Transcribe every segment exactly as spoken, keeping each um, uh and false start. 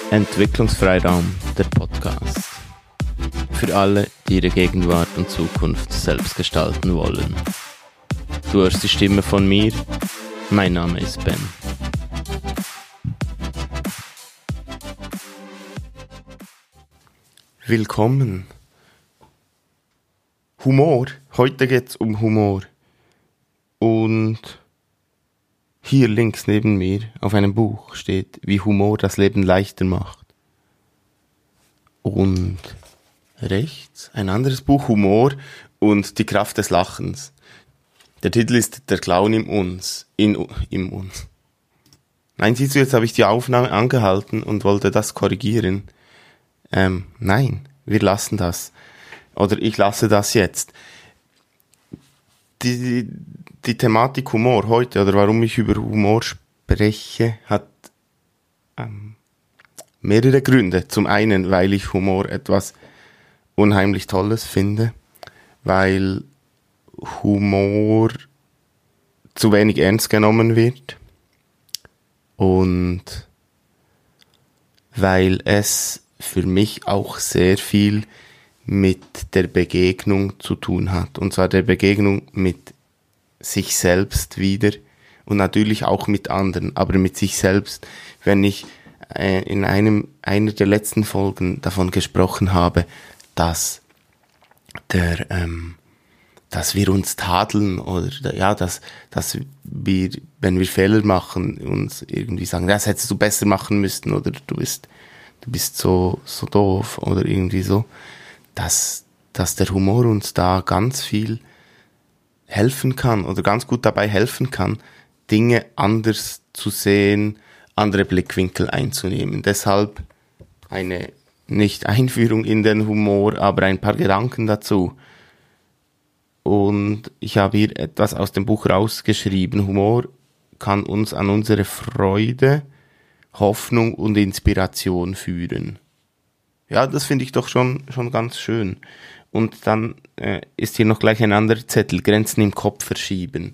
Entwicklungsfreiraum, der Podcast. Für alle, die ihre Gegenwart und Zukunft selbst gestalten wollen. Du hörst die Stimme von mir. Mein Name ist Ben. Willkommen. Humor. Heute geht es um Humor. Und hier links neben mir auf einem Buch steht, wie Humor das Leben leichter macht. Und rechts ein anderes Buch, Humor und die Kraft des Lachens. Der Titel ist Der Clown in uns. In, in uns. Nein, siehst du, jetzt habe ich die Aufnahme angehalten und wollte das korrigieren. Ähm, nein, wir lassen das. Oder ich lasse das jetzt. Die, die, die Thematik Humor heute, oder warum ich über Humor spreche, hat ähm, mehrere Gründe. Zum einen, weil ich Humor etwas unheimlich Tolles finde, weil Humor zu wenig ernst genommen wird und weil es für mich auch sehr viel mit der Begegnung zu tun hat. Und zwar der Begegnung mit sich selbst wieder und natürlich auch mit anderen, aber mit sich selbst. Wenn ich äh, in einem einer der letzten Folgen davon gesprochen habe, dass der, ähm, dass wir uns tadeln oder ja, dass, dass wir, wenn wir Fehler machen, uns irgendwie sagen, das hättest du besser machen müssen oder du bist, du bist so, so doof oder irgendwie so. Dass, dass der Humor uns da ganz viel helfen kann oder ganz gut dabei helfen kann, Dinge anders zu sehen, andere Blickwinkel einzunehmen. Deshalb eine, nicht Einführung in den Humor, aber ein paar Gedanken dazu. Und ich habe hier etwas aus dem Buch rausgeschrieben. Humor kann uns an unsere Freude, Hoffnung und Inspiration führen. Ja, das finde ich doch schon schon ganz schön. Und dann äh, ist hier noch gleich ein anderer Zettel, Grenzen im Kopf verschieben.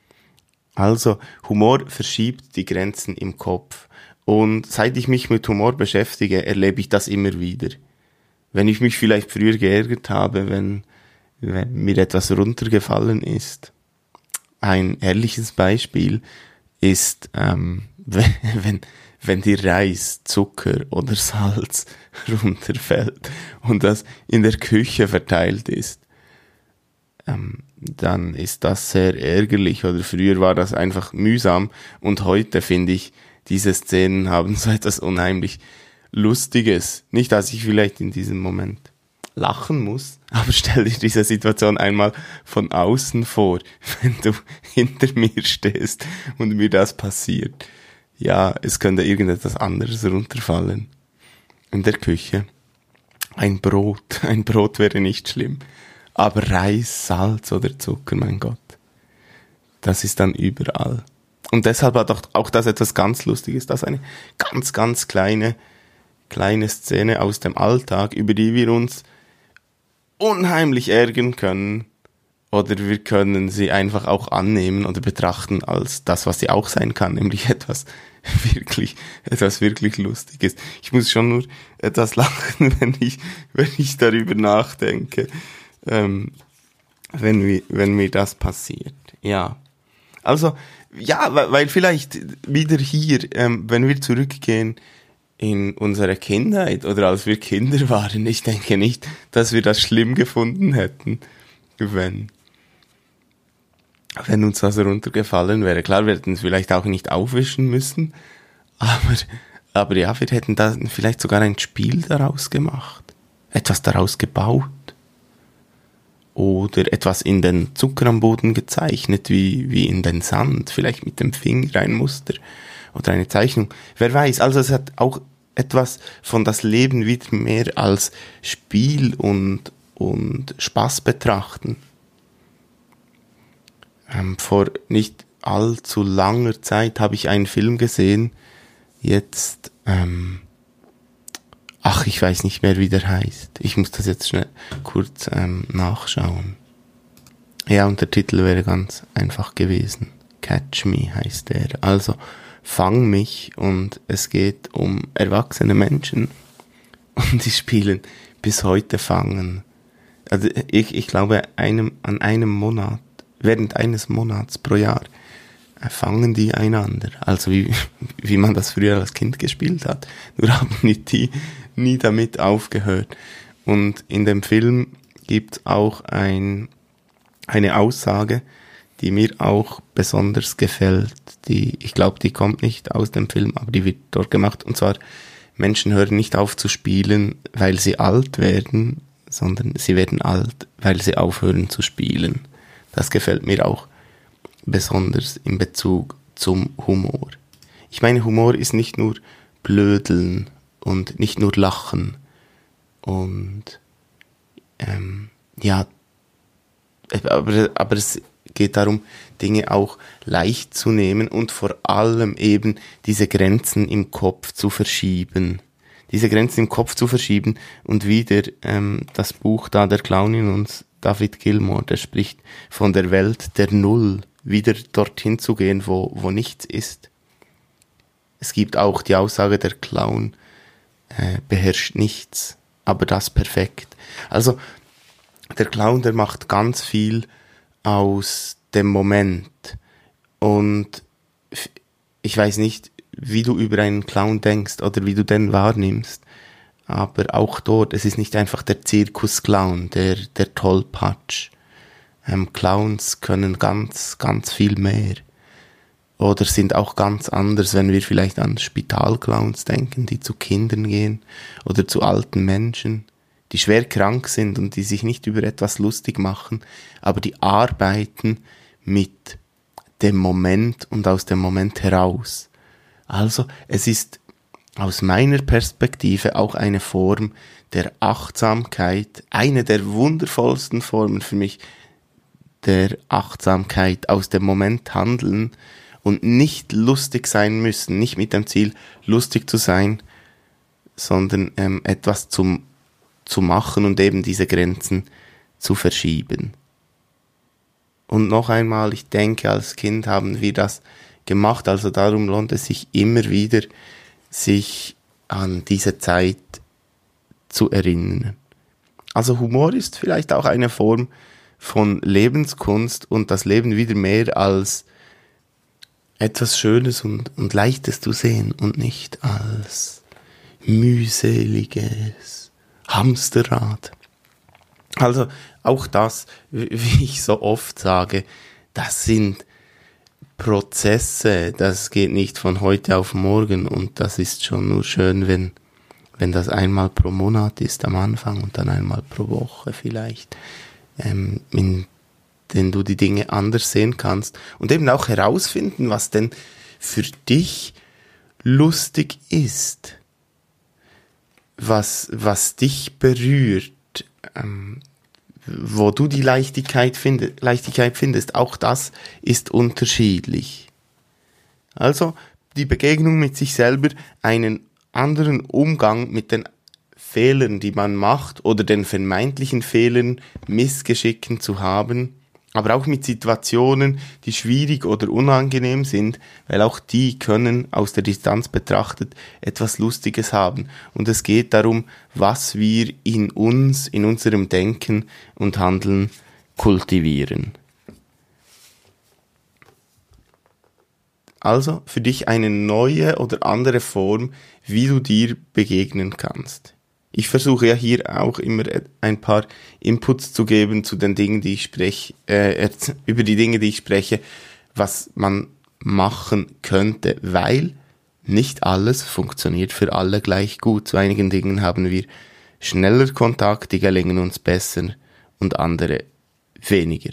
Also, Humor verschiebt die Grenzen im Kopf. Und seit ich mich mit Humor beschäftige, erlebe ich das immer wieder. Wenn ich mich vielleicht früher geärgert habe, wenn, wenn mir etwas runtergefallen ist. Ein ehrliches Beispiel ist, ähm, wenn... wenn dir Reis, Zucker oder Salz runterfällt und das in der Küche verteilt ist, ähm, dann ist das sehr ärgerlich. Oder früher war das einfach mühsam und heute finde ich, diese Szenen haben so etwas unheimlich Lustiges. Nicht, dass ich vielleicht in diesem Moment lachen muss, aber stell dir diese Situation einmal von außen vor, wenn du hinter mir stehst und mir das passiert. Ja, es könnte irgendetwas anderes runterfallen. In der Küche. Ein Brot. Ein Brot wäre nicht schlimm. Aber Reis, Salz oder Zucker, mein Gott. Das ist dann überall. Und deshalb hat auch, auch das etwas ganz Lustiges. Das ist eine ganz, ganz kleine, kleine Szene aus dem Alltag, über die wir uns unheimlich ärgern können. Oder wir können sie einfach auch annehmen oder betrachten als das, was sie auch sein kann, nämlich etwas wirklich, etwas wirklich Lustiges. Ich muss schon nur etwas lachen, wenn ich, wenn ich darüber nachdenke, ähm, wenn mir, wenn mir das passiert. Ja. Also, ja, weil, weil vielleicht wieder hier, ähm, wenn wir zurückgehen in unsere Kindheit oder als wir Kinder waren, ich denke nicht, dass wir das schlimm gefunden hätten, wenn wenn uns das runtergefallen wäre. Klar, wir hätten es vielleicht auch nicht aufwischen müssen, aber, aber ja, wir hätten da vielleicht sogar ein Spiel daraus gemacht, etwas daraus gebaut oder etwas in den Zucker am Boden gezeichnet, wie, wie in den Sand, vielleicht mit dem Finger ein Muster oder eine Zeichnung. Wer weiß, also es hat auch etwas von das Leben wieder mehr als Spiel und, und Spaß betrachten. Ähm, vor nicht allzu langer Zeit habe ich einen Film gesehen, jetzt, ähm, ach, ich weiß nicht mehr, wie der heißt. Ich muss das jetzt schnell kurz ähm, nachschauen. Ja, und der Titel wäre ganz einfach gewesen. Catch Me heißt der. Also Fang mich und es geht um erwachsene Menschen und die spielen bis heute Fangen. Also ich, ich glaube, einem, an einem Monat, während eines Monats pro Jahr, fangen die einander. Also wie, wie man das früher als Kind gespielt hat. Nur haben die nie damit aufgehört. Und in dem Film gibt es auch ein, eine Aussage, die mir auch besonders gefällt. Die, ich glaube, die kommt nicht aus dem Film, aber die wird dort gemacht. Und zwar, Menschen hören nicht auf zu spielen, weil sie alt werden, sondern sie werden alt, weil sie aufhören zu spielen. Das gefällt mir auch besonders in Bezug zum Humor. Ich meine, Humor ist nicht nur Blödeln und nicht nur Lachen. Und ähm, ja, aber, aber es geht darum, Dinge auch leicht zu nehmen und vor allem eben diese Grenzen im Kopf zu verschieben. Diese Grenzen im Kopf zu verschieben und wieder ähm, das Buch da, der Clown in uns, David Gilmour, der spricht von der Welt der Null, wieder dorthin zu gehen, wo, wo nichts ist. Es gibt auch die Aussage, der Clown äh, beherrscht nichts, aber das perfekt. Also der Clown, der macht ganz viel aus dem Moment. Und ich weiß nicht, wie du über einen Clown denkst oder wie du den wahrnimmst, aber auch dort, es ist nicht einfach der Zirkusclown, der, der Tollpatsch. Ähm, Clowns können ganz, ganz viel mehr. Oder sind auch ganz anders, wenn wir vielleicht an Spitalclowns denken, die zu Kindern gehen oder zu alten Menschen, die schwer krank sind und die sich nicht über etwas lustig machen, aber die arbeiten mit dem Moment und aus dem Moment heraus. Also es ist aus meiner Perspektive auch eine Form der Achtsamkeit, eine der wundervollsten Formen für mich der Achtsamkeit, aus dem Moment handeln und nicht lustig sein müssen, nicht mit dem Ziel, lustig zu sein, sondern ähm, etwas zum zu machen und eben diese Grenzen zu verschieben. Und noch einmal, ich denke, als Kind haben wir das gemacht, also darum lohnt es sich immer wieder, sich an diese Zeit zu erinnern. Also Humor ist vielleicht auch eine Form von Lebenskunst und das Leben wieder mehr als etwas Schönes und, und Leichtes zu sehen und nicht als mühseliges Hamsterrad. Also auch das, wie ich so oft sage, das sind Prozesse, das geht nicht von heute auf morgen und das ist schon nur schön, wenn, wenn das einmal pro Monat ist am Anfang und dann einmal pro Woche vielleicht, ähm, in denen du die Dinge anders sehen kannst und eben auch herausfinden, was denn für dich lustig ist. Was, was dich berührt, ähm, wo du die Leichtigkeit, finde, Leichtigkeit findest, auch das ist unterschiedlich. Also die Begegnung mit sich selber, einen anderen Umgang mit den Fehlern, die man macht oder den vermeintlichen Fehlern, Missgeschicken zu haben, aber auch mit Situationen, die schwierig oder unangenehm sind, weil auch die können aus der Distanz betrachtet etwas Lustiges haben. Und es geht darum, was wir in uns, in unserem Denken und Handeln kultivieren. Also für dich eine neue oder andere Form, wie du dir begegnen kannst. Ich versuche ja hier auch immer ein paar Inputs zu geben zu den Dingen, die ich spreche, äh, über die Dinge, die ich spreche, was man machen könnte, weil nicht alles funktioniert für alle gleich gut. Zu einigen Dingen haben wir schneller Kontakt, die gelingen uns besser und andere weniger.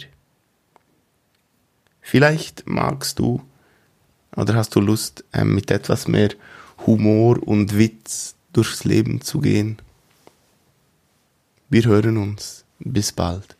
Vielleicht magst du oder hast du Lust, äh, mit etwas mehr Humor und Witz durchs Leben zu gehen. Wir hören uns. Bis bald.